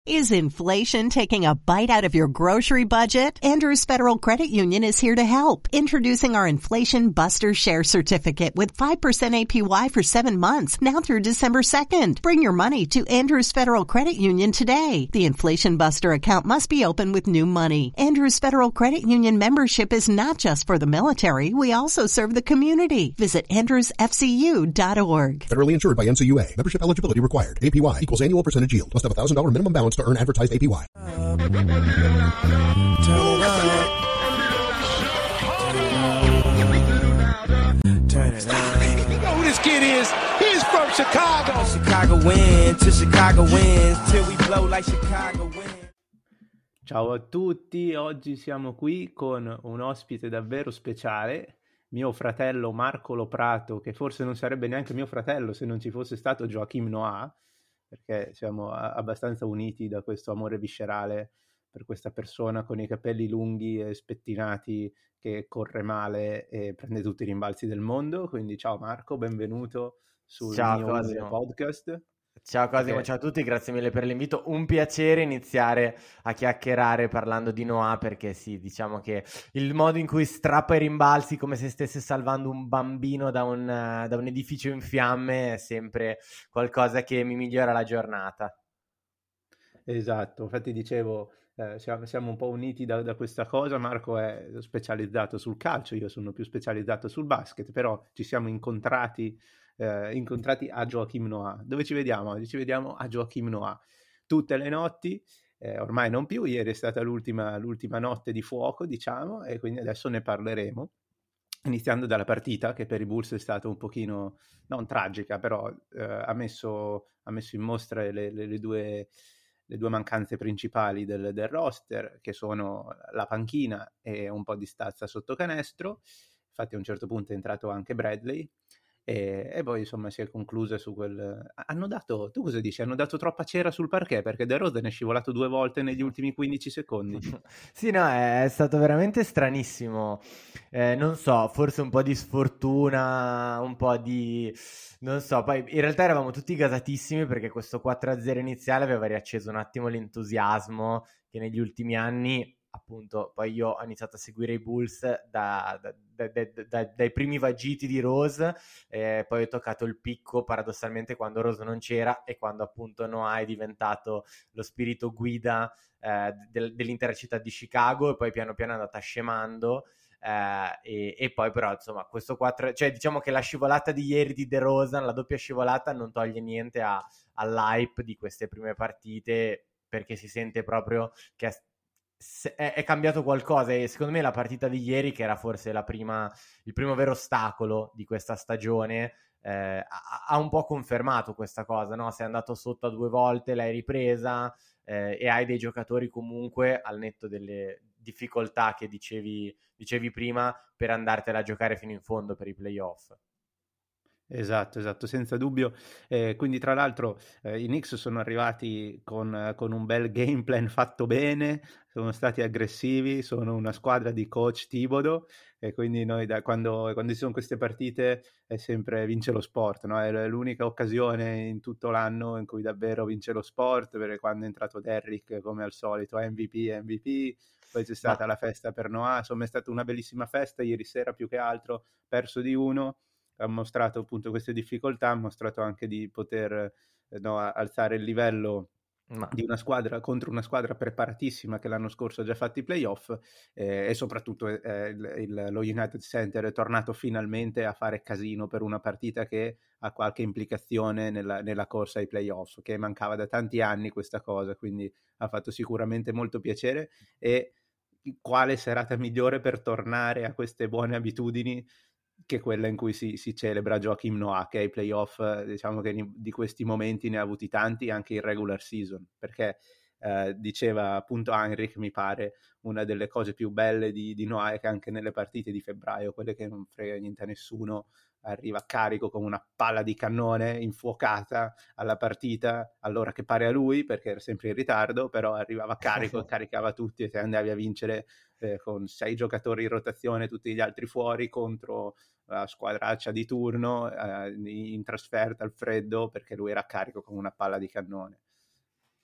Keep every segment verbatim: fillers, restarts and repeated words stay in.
Is inflation taking a bite out of your grocery budget? Andrews Federal Credit Union is here to help. Introducing our Inflation Buster Share Certificate with five percent A P Y for seven months, now through December second. Bring your money to Andrews Federal Credit Union today. The Inflation Buster account must be open with new money. Andrews Federal Credit Union membership is not just for the military. We also serve the community. Visit andrews f c u dot org. Federally insured by N C U A. Membership eligibility required. A P Y equals annual percentage yield. Must have a one thousand dollars minimum balance to earn advertised A P Y. Turn it up. You know who this kid is? He's from Chicago. Chicago wins, till Chicago wins, till we blow like Chicago wins. Ciao a tutti, oggi siamo qui con un ospite davvero speciale, mio fratello Marco Loprato, che forse non sarebbe neanche mio fratello se non ci fosse stato Joachim Noah, perché siamo abbastanza uniti da questo amore viscerale per questa persona con i capelli lunghi e spettinati che corre male e prende tutti i rimbalzi del mondo. Quindi ciao Marco, benvenuto sul ciao, mio Cosimo. podcast. Ciao Cosimo, Perché... ciao a tutti, grazie mille per l'invito. Un piacere iniziare a chiacchierare parlando di Noah, perché sì, diciamo che il modo in cui strappa i rimbalzi come se stesse salvando un bambino da un, da un edificio in fiamme è sempre qualcosa che mi migliora la giornata. Esatto, infatti dicevo, eh, siamo, siamo un po' uniti da, da questa cosa. Marco è specializzato sul calcio, io sono più specializzato sul basket, però ci siamo incontrati Eh, incontrati a Joachim Noah. Dove ci vediamo? Oggi ci vediamo a Joachim Noah tutte le notti, eh, ormai non più. Ieri è stata l'ultima, l'ultima notte di fuoco, diciamo, e quindi adesso ne parleremo, iniziando dalla partita che per i Bulls è stata un pochino, non tragica, però eh, ha, messo, ha messo in mostra le, le, le, due, le due mancanze principali del, del roster, che sono la panchina e un po' di stazza sotto canestro. Infatti a un certo punto è entrato anche Bradley. E, e poi insomma si è conclusa su quel... Hanno dato, tu cosa dici? Hanno dato troppa cera sul parquet, perché DeRozan è scivolato due volte negli ultimi quindici secondi. Sì, no, è stato veramente stranissimo. Eh, non so, forse un po' di sfortuna, un po' di... non so, poi in realtà eravamo tutti gasatissimi perché questo quattro a zero iniziale aveva riacceso un attimo l'entusiasmo che negli ultimi anni... appunto, poi io ho iniziato a seguire i Bulls da, da, da, da, da, dai primi vagiti di Rose, eh, poi ho toccato il picco paradossalmente quando Rose non c'era e quando appunto Noah è diventato lo spirito guida eh, del, dell'intera città di Chicago, e poi piano piano è andata scemando. Eh, e, e poi però insomma questo quattro, cioè diciamo che la scivolata di ieri di DeRozan, la doppia scivolata, non toglie niente a, all'hype di queste prime partite, perché si sente proprio che è È, è cambiato qualcosa, e secondo me la partita di ieri, che era forse la prima, il primo vero ostacolo di questa stagione, eh, ha, ha un po' confermato questa cosa, no? Sei andato sotto a due volte, l'hai ripresa, eh, e hai dei giocatori comunque, al netto delle difficoltà che dicevi, dicevi prima, per andartela a giocare fino in fondo per i playoff. Esatto, esatto, senza dubbio. Eh, quindi tra l'altro eh, i Knicks sono arrivati con, con un bel game plan fatto bene, sono stati aggressivi, sono una squadra di coach Thibodeau, e quindi noi da, quando, quando ci sono queste partite è sempre vince lo sport, no? È l'unica occasione in tutto l'anno in cui davvero vince lo sport, perché quando è entrato Derrick, come al solito, M V P, M V P, poi c'è stata Ma... la festa per Noah, insomma è stata una bellissima festa ieri sera, più che altro perso di uno. Ha mostrato appunto queste difficoltà, ha mostrato anche di poter eh, no, alzare il livello Ma... di una squadra contro una squadra preparatissima che l'anno scorso ha già fatto i playoff, eh, e soprattutto eh, il, il, lo United Center è tornato finalmente a fare casino per una partita che ha qualche implicazione nella, nella corsa ai playoff, che mancava da tanti anni questa cosa, quindi ha fatto sicuramente molto piacere. E quale serata migliore per tornare a queste buone abitudini che quella in cui si, si celebra Joachim Noah, che ai playoff, diciamo che di questi momenti ne ha avuti tanti anche in regular season, perché eh, diceva appunto Heinrich, mi pare, una delle cose più belle di, di Noah è che anche nelle partite di febbraio, quelle che non frega niente a nessuno, arriva carico con una palla di cannone infuocata alla partita, all'ora che pare a lui, perché era sempre in ritardo, però arrivava carico e caricava tutti, e te andavi a vincere eh, con sei giocatori in rotazione, tutti gli altri fuori, contro la squadraccia di turno, eh, in trasferta al freddo, perché lui era carico con una palla di cannone.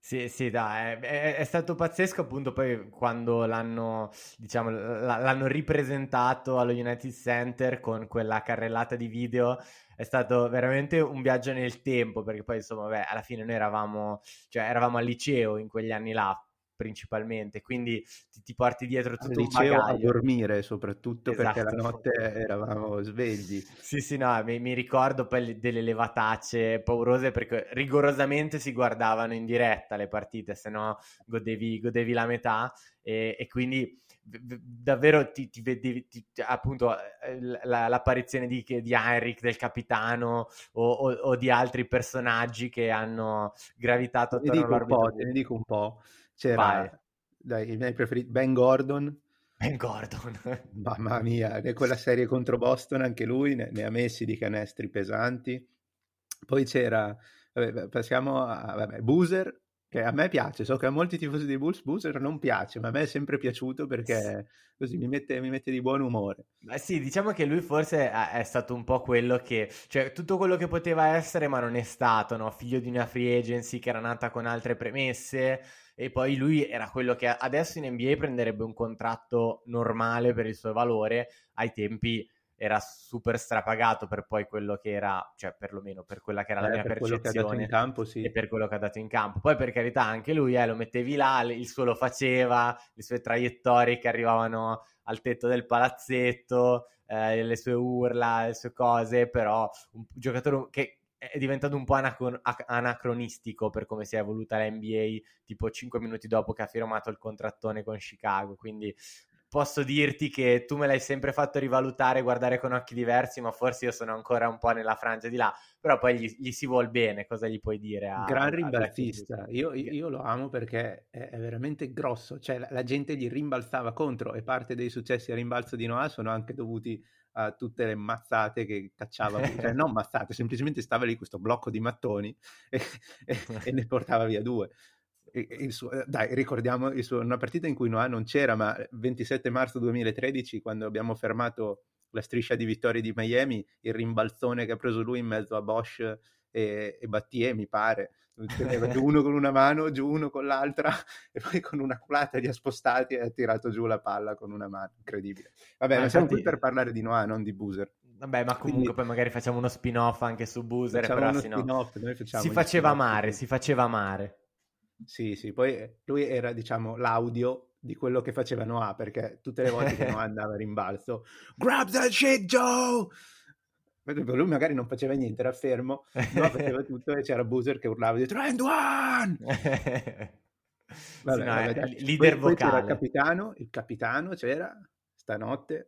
Sì, sì, dai, è, è stato pazzesco appunto poi quando l'hanno, diciamo, l'hanno ripresentato allo United Center con quella carrellata di video. È stato veramente un viaggio nel tempo, perché poi insomma, beh, alla fine noi eravamo, cioè, eravamo al liceo in quegli anni là, principalmente, quindi ti, ti porti dietro Al tutto un liceo a bagaglio. dormire, soprattutto perché la Esatto. notte eravamo svegli. Sì, sì, no, mi, mi ricordo poi le- delle levatacce paurose perché rigorosamente si guardavano in diretta le partite, se no godevi, godevi la metà e, e quindi v- v- davvero ti, ti vedevi ti- appunto eh, la- l'apparizione di, di Heinrich, del capitano o, o- o di altri personaggi che hanno gravitato Te ne attorno dico un all'orbita po', te blu. ne dico un po'. Vai, C'era, dai, i miei preferiti, Ben Gordon. Ben Gordon. Mamma mia, e quella serie contro Boston, anche lui ne, ne ha messi di canestri pesanti. Poi c'era, vabbè, passiamo a vabbè, Boozer, che a me piace, so che a molti tifosi dei Bulls Boozer non piace, ma a me è sempre piaciuto perché così mi mette, mi mette di buon umore. Ma sì, diciamo che lui forse è è stato un po' quello che, cioè tutto quello che poteva essere, ma non è stato, no? Figlio di una free agency che era nata con altre premesse, e poi lui era quello che adesso in N B A prenderebbe un contratto normale per il suo valore, ai tempi era super strapagato per poi quello che era, cioè perlomeno per quella che era la Eh, mia per quello che ha dato in percezione campo, e sì. per quello che ha dato in campo. Poi per carità anche lui, eh, lo mettevi là, il suo lo faceva, le sue traiettorie che arrivavano al tetto del palazzetto, eh, le sue urla, le sue cose, però un giocatore che è diventato un po' anacron- anacronistico per come si è evoluta la N B A tipo cinque minuti dopo che ha firmato il contrattone con Chicago, quindi posso dirti che tu me l'hai sempre fatto rivalutare, guardare con occhi diversi, ma forse io sono ancora un po' nella frangia di là, però poi gli, gli si vuol bene, cosa gli puoi dire a, Gran al, al vecchio rimbalzista, io, io lo amo perché è, è veramente grosso, cioè la, la gente gli rimbalzava contro e parte dei successi a rimbalzo di Noah sono anche dovuti a tutte le mazzate che cacciava, cioè non mazzate, semplicemente stava lì questo blocco di mattoni e, e, e ne portava via due. E- e il suo- dai, ricordiamo il suo- una partita in cui Noah non c'era, ma ventisette marzo duemilatredici, quando abbiamo fermato la striscia di vittorie di Miami, il rimbalzone che ha preso lui in mezzo a Bosch e, e Battier, mi pare. Teneva giù uno con una mano, giù uno con l'altra e poi con una culata li ha spostati e ha tirato giù la palla con una mano. Incredibile. Vabbè, Ma ma siamo infatti, qui per parlare di Noah, non di Boozer. vabbè, ma Quindi comunque poi magari facciamo uno spin-off anche su Boozer, facciamo però uno sì, no. spin-off, noi facciamo Si gli faceva spin-off. amare, si faceva amare. Sì, sì, poi eh, lui era, diciamo, l'audio di quello che faceva Noah, perché tutte le volte che Noah andava a rimbalzo, grab that shit, Joe! Per lui magari non faceva niente, era fermo, Noah faceva tutto e c'era Boozer che urlava dietro, and one! Sì, Vabbè, no, vabbè, è dai. leader Poi, poi c'era il vocale. capitano, il capitano c'era, stanotte,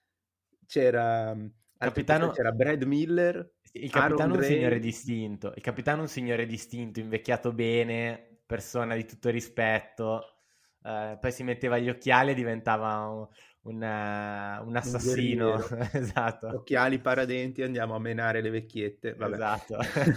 c'era, mm, altri personaggi, Capitano, c'era Brad Miller, il Aaron capitano è un signore Gray, distinto. Il capitano è un signore distinto, invecchiato bene, persona di tutto rispetto. Eh, poi si metteva gli occhiali e diventava un, un, eh, un un assassino. guerriero, Esatto, occhiali, paradenti, andiamo a menare le vecchiette, vabbè. esatto.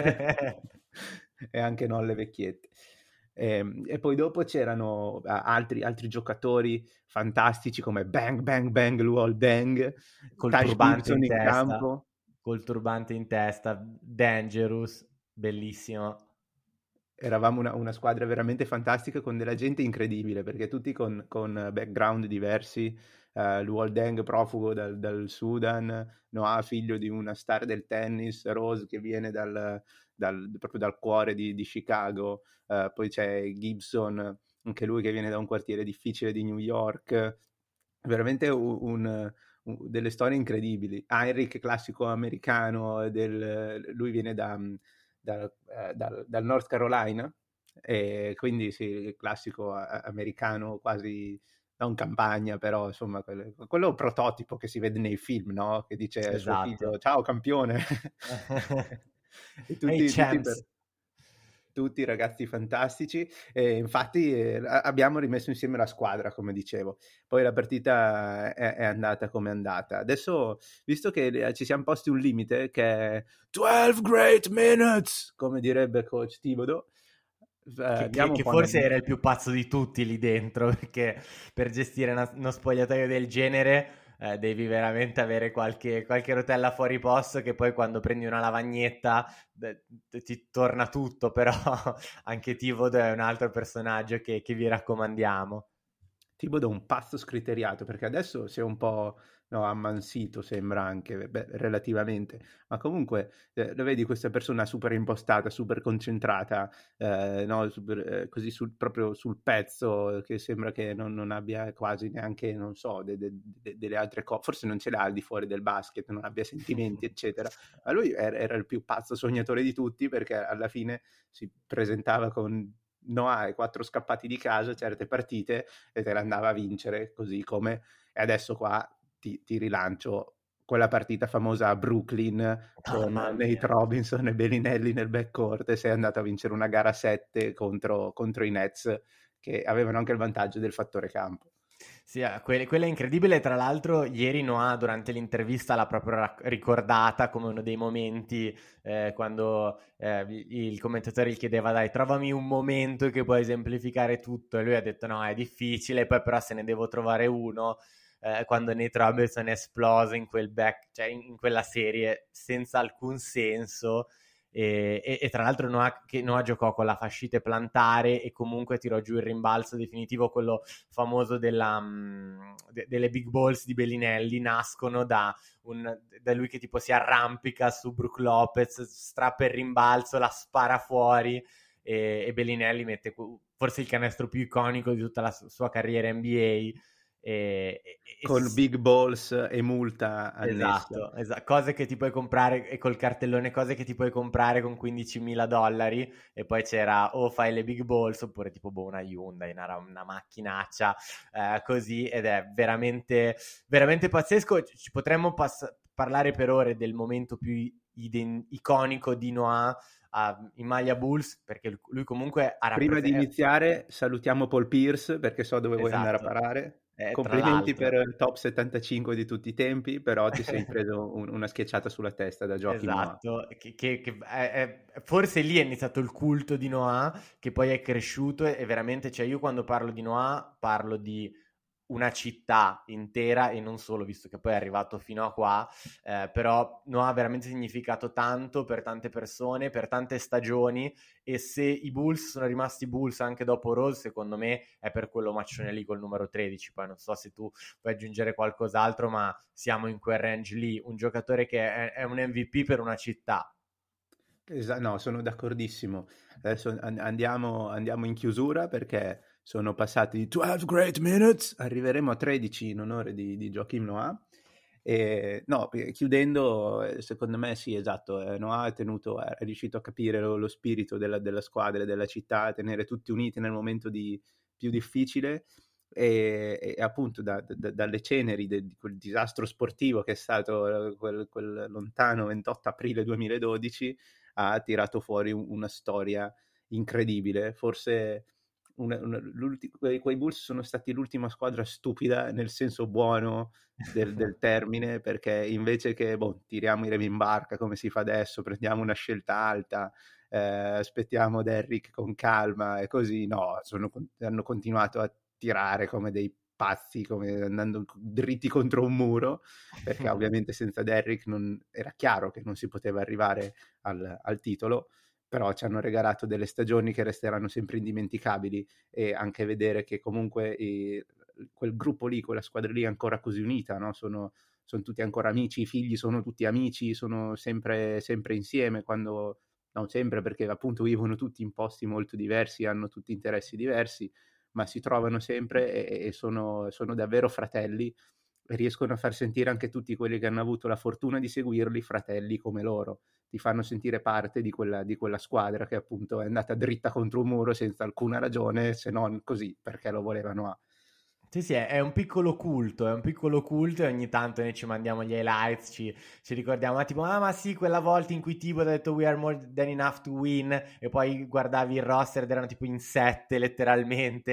E anche non le vecchiette. E, e poi dopo c'erano ah, altri, altri giocatori fantastici come Bang Bang Bang Luol Deng, Col Taj turbante Gibson in in testa, campo. col turbante in testa, Dangerous, bellissimo. Eravamo una, una squadra veramente fantastica con della gente incredibile perché tutti con, con background diversi. Uh, Luol Deng profugo dal, dal Sudan, Noah figlio di una star del tennis, Rose che viene dal, dal, proprio dal cuore di, di Chicago, uh, poi c'è Gibson, anche lui che viene da un quartiere difficile di New York, veramente un, un, un, delle storie incredibili. Heinrich, classico americano, del, lui viene da, da, eh, dal, dal North Carolina, e quindi sì, il classico a, americano quasi non campagna, però insomma quello, quello prototipo che si vede nei film, no? Che dice a suo Esatto. figlio ciao campione. E tutti, Hey tutti, champs. per, tutti ragazzi fantastici e infatti eh, abbiamo rimesso insieme la squadra, come dicevo. Poi la partita è, è andata come è andata. Adesso, visto che ci siamo posti un limite che è twelve great minutes, come direbbe coach Thibodeau, Che, che, che forse era il più pazzo di tutti lì dentro, perché per gestire una, uno spogliatoio del genere eh, devi veramente avere qualche, qualche rotella fuori posto, che poi quando prendi una lavagnetta eh, ti torna tutto, però anche Thibodeau è un altro personaggio che, che vi raccomandiamo. Thibodeau è un pazzo scriteriato, perché adesso si è un po', no, ammansito, sembra anche, beh, relativamente, ma comunque eh, lo vedi questa persona super impostata, super concentrata, eh, no, super, eh, così sul, proprio sul pezzo, che sembra che non, non abbia quasi neanche, non so, de, de, de, delle altre cose, forse non ce l'ha al di fuori del basket, non abbia sentimenti, eccetera, ma lui era, era il più pazzo sognatore di tutti, perché alla fine si presentava con Noah e quattro scappati di casa certe partite e te le andava a vincere, così come, e adesso qua ti, ti rilancio quella partita famosa a Brooklyn con Nate Robinson e Bellinelli nel backcourt, e sei andato a vincere una gara sette contro, contro i Nets, che avevano anche il vantaggio del fattore campo. Sì, que- quella è incredibile. Tra l'altro ieri Noah durante l'intervista l'ha proprio rac- ricordata come uno dei momenti eh, quando eh, il commentatore gli chiedeva dai, trovami un momento che può esemplificare tutto, e lui ha detto no, è difficile, poi però se ne devo trovare uno, eh, quando Nate Robinson è esploso in quel back, cioè in, in quella serie senza alcun senso. E, e, e tra l'altro Noah, che Noah giocò con la fascite plantare e comunque tirò giù il rimbalzo definitivo, quello famoso della, um, de, delle big balls di Bellinelli, nascono da, un, da lui che tipo si arrampica su Brook Lopez, strappa il rimbalzo, la spara fuori, e, e Bellinelli mette forse il canestro più iconico di tutta la sua carriera N B A. E, e, con e... big balls e multa annessa. Esatto, esatto, cose che ti puoi comprare, e col cartellone cose che ti puoi comprare con quindicimila dollari, e poi c'era o fai le big balls oppure tipo boh, una Hyundai, una, una macchinaccia eh, così, ed è veramente veramente pazzesco. Ci potremmo pass- parlare per ore del momento più iden- iconico di Noah uh, in maglia Bulls, perché lui comunque ha Prima di rappresentato... iniziare salutiamo Paul Pierce, perché so dove vuoi andare a Esatto. parare. Eh, Complimenti per il top settantacinque di tutti i tempi, però ti sei preso un, una schiacciata sulla testa da Joachim Noah. Esatto, che, che, che è, è, forse lì è iniziato il culto di Noah, che poi è cresciuto, e, e veramente, cioè io quando parlo di Noah parlo di una città intera e non solo, visto che poi è arrivato fino a qua, eh, però Noah ha veramente significato tanto per tante persone, per tante stagioni, e se i Bulls sono rimasti Bulls anche dopo Rose, secondo me è per quell'omaccione lì col numero tredici. Poi non so se tu puoi aggiungere qualcos'altro, ma siamo in quel range lì, un giocatore che è, è un M V P per una città. Esa- no, sono d'accordissimo. Adesso an- andiamo, andiamo in chiusura, perché sono passati twelve great minutes, arriveremo a tredici in onore di, di Joachim Noah. E, no, chiudendo, secondo me sì, esatto, eh, Noah è, tenuto, è riuscito a capire lo, lo spirito della, della squadra e della città, a tenere tutti uniti nel momento di, più difficile, e, e appunto da, da, dalle ceneri de, di quel disastro sportivo che è stato quel, quel lontano ventotto aprile duemiladodici, ha tirato fuori un, una storia incredibile. Forse una, una, quei, quei Bulls sono stati l'ultima squadra stupida nel senso buono del, del termine, perché invece che boh, tiriamo i remi in barca come si fa adesso, prendiamo una scelta alta, eh, aspettiamo Derrick con calma e così, no, sono, hanno continuato a tirare come dei pazzi, come andando dritti contro un muro, perché ovviamente senza Derrick non, era chiaro che non si poteva arrivare al, al titolo, però ci hanno regalato delle stagioni che resteranno sempre indimenticabili, e anche vedere che comunque eh, quel gruppo lì, quella squadra lì è ancora così unita, no? Sono, sono tutti ancora amici, i figli sono tutti amici, sono sempre, sempre insieme, quando, non sempre, perché appunto vivono tutti in posti molto diversi, hanno tutti interessi diversi, ma si trovano sempre e, e sono, sono davvero fratelli, e riescono a far sentire anche tutti quelli che hanno avuto la fortuna di seguirli fratelli come loro. Ti fanno sentire parte di quella, di quella squadra che appunto è andata dritta contro un muro senza alcuna ragione, se non così, perché lo volevano a. Sì, sì, è, è un piccolo culto, è un piccolo culto, e ogni tanto noi ci mandiamo gli highlights, ci, ci ricordiamo, ah, tipo, ah ma sì, quella volta in cui Thibodeau ha detto we are more than enough to win, e poi guardavi il roster ed erano tipo in sette letteralmente,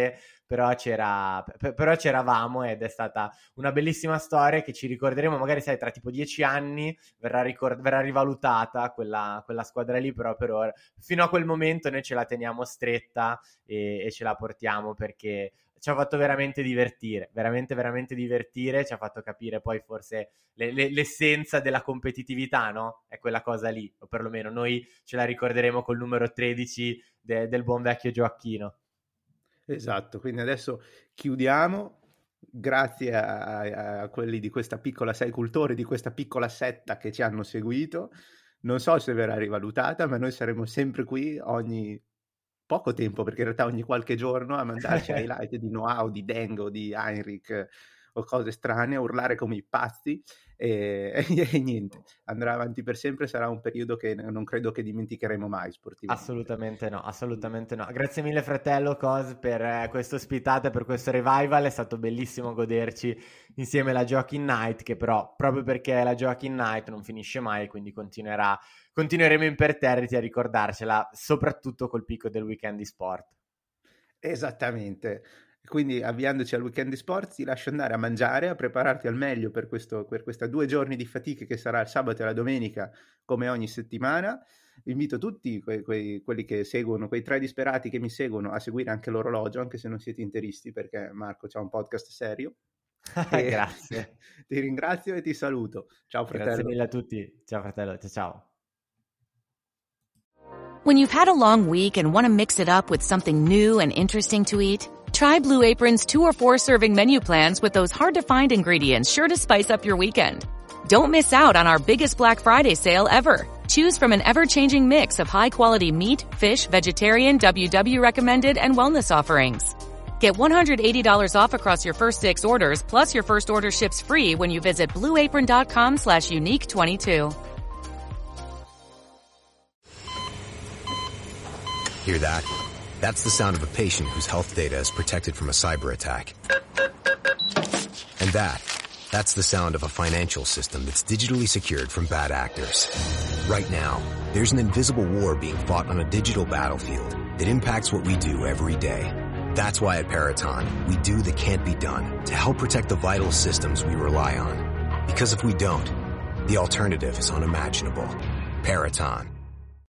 però c'era p- però c'eravamo ed è stata una bellissima storia che ci ricorderemo, magari sai tra tipo dieci anni verrà, ricord- verrà rivalutata quella, quella squadra lì, però per ora, fino a quel momento noi ce la teniamo stretta e, e ce la portiamo perché ci ha fatto veramente divertire, veramente veramente divertire, ci ha fatto capire poi forse le, le, l'essenza della competitività, no? È quella cosa lì, o perlomeno noi ce la ricorderemo col numero tredici de, del buon vecchio Gioacchino. Esatto, quindi adesso chiudiamo, grazie a, a, a quelli di questa piccola sei cultori, di questa piccola setta che ci hanno seguito, non so se verrà rivalutata, ma noi saremo sempre qui ogni poco tempo, perché in realtà ogni qualche giorno a mandarci highlight di Noah o di Dengo, di Heinrich o cose strane, a urlare come i pazzi e, e niente, andrà avanti per sempre, sarà un periodo che non credo che dimenticheremo mai sportivamente. Assolutamente no, assolutamente no. Grazie mille fratello Cos per eh, questa ospitata, per questo revival, è stato bellissimo goderci insieme la Joaquin Night, che però proprio perché la Joaquin Night non finisce mai, quindi continuerà, continueremo imperterriti a ricordarcela, soprattutto col picco del weekend di sport. Esattamente. Quindi avviandoci al weekend di sport ti lascio andare a mangiare, a prepararti al meglio per questo per questa due giorni di fatiche che sarà il sabato e la domenica come ogni settimana. Invito tutti quei, quei, quelli che seguono, quei tre disperati che mi seguono, a seguire anche l'orologio, anche se non siete interisti, perché Marco c'ha un podcast serio. E grazie. Ti ringrazio e ti saluto. Ciao fratello. Grazie mille a tutti. Ciao fratello, ciao ciao. When you've had a long week and want to mix it up with something new and interesting to eat, try Blue Apron's two or four serving menu plans with those hard-to-find ingredients sure to spice up your weekend. Don't miss out on our biggest Black Friday sale ever. Choose from an ever-changing mix of high-quality meat, fish, vegetarian, W W recommended, and wellness offerings. Get one hundred eighty dollars off across your first six orders, plus your first order ships free when you visit blueapron.com slash unique 22. Hear that? That's the sound of a patient whose health data is protected from a cyber attack. And that, that's the sound of a financial system that's digitally secured from bad actors. Right now, there's an invisible war being fought on a digital battlefield that impacts what we do every day. That's why at Peraton, we do the can't be done to help protect the vital systems we rely on. Because if we don't, the alternative is unimaginable. Peraton.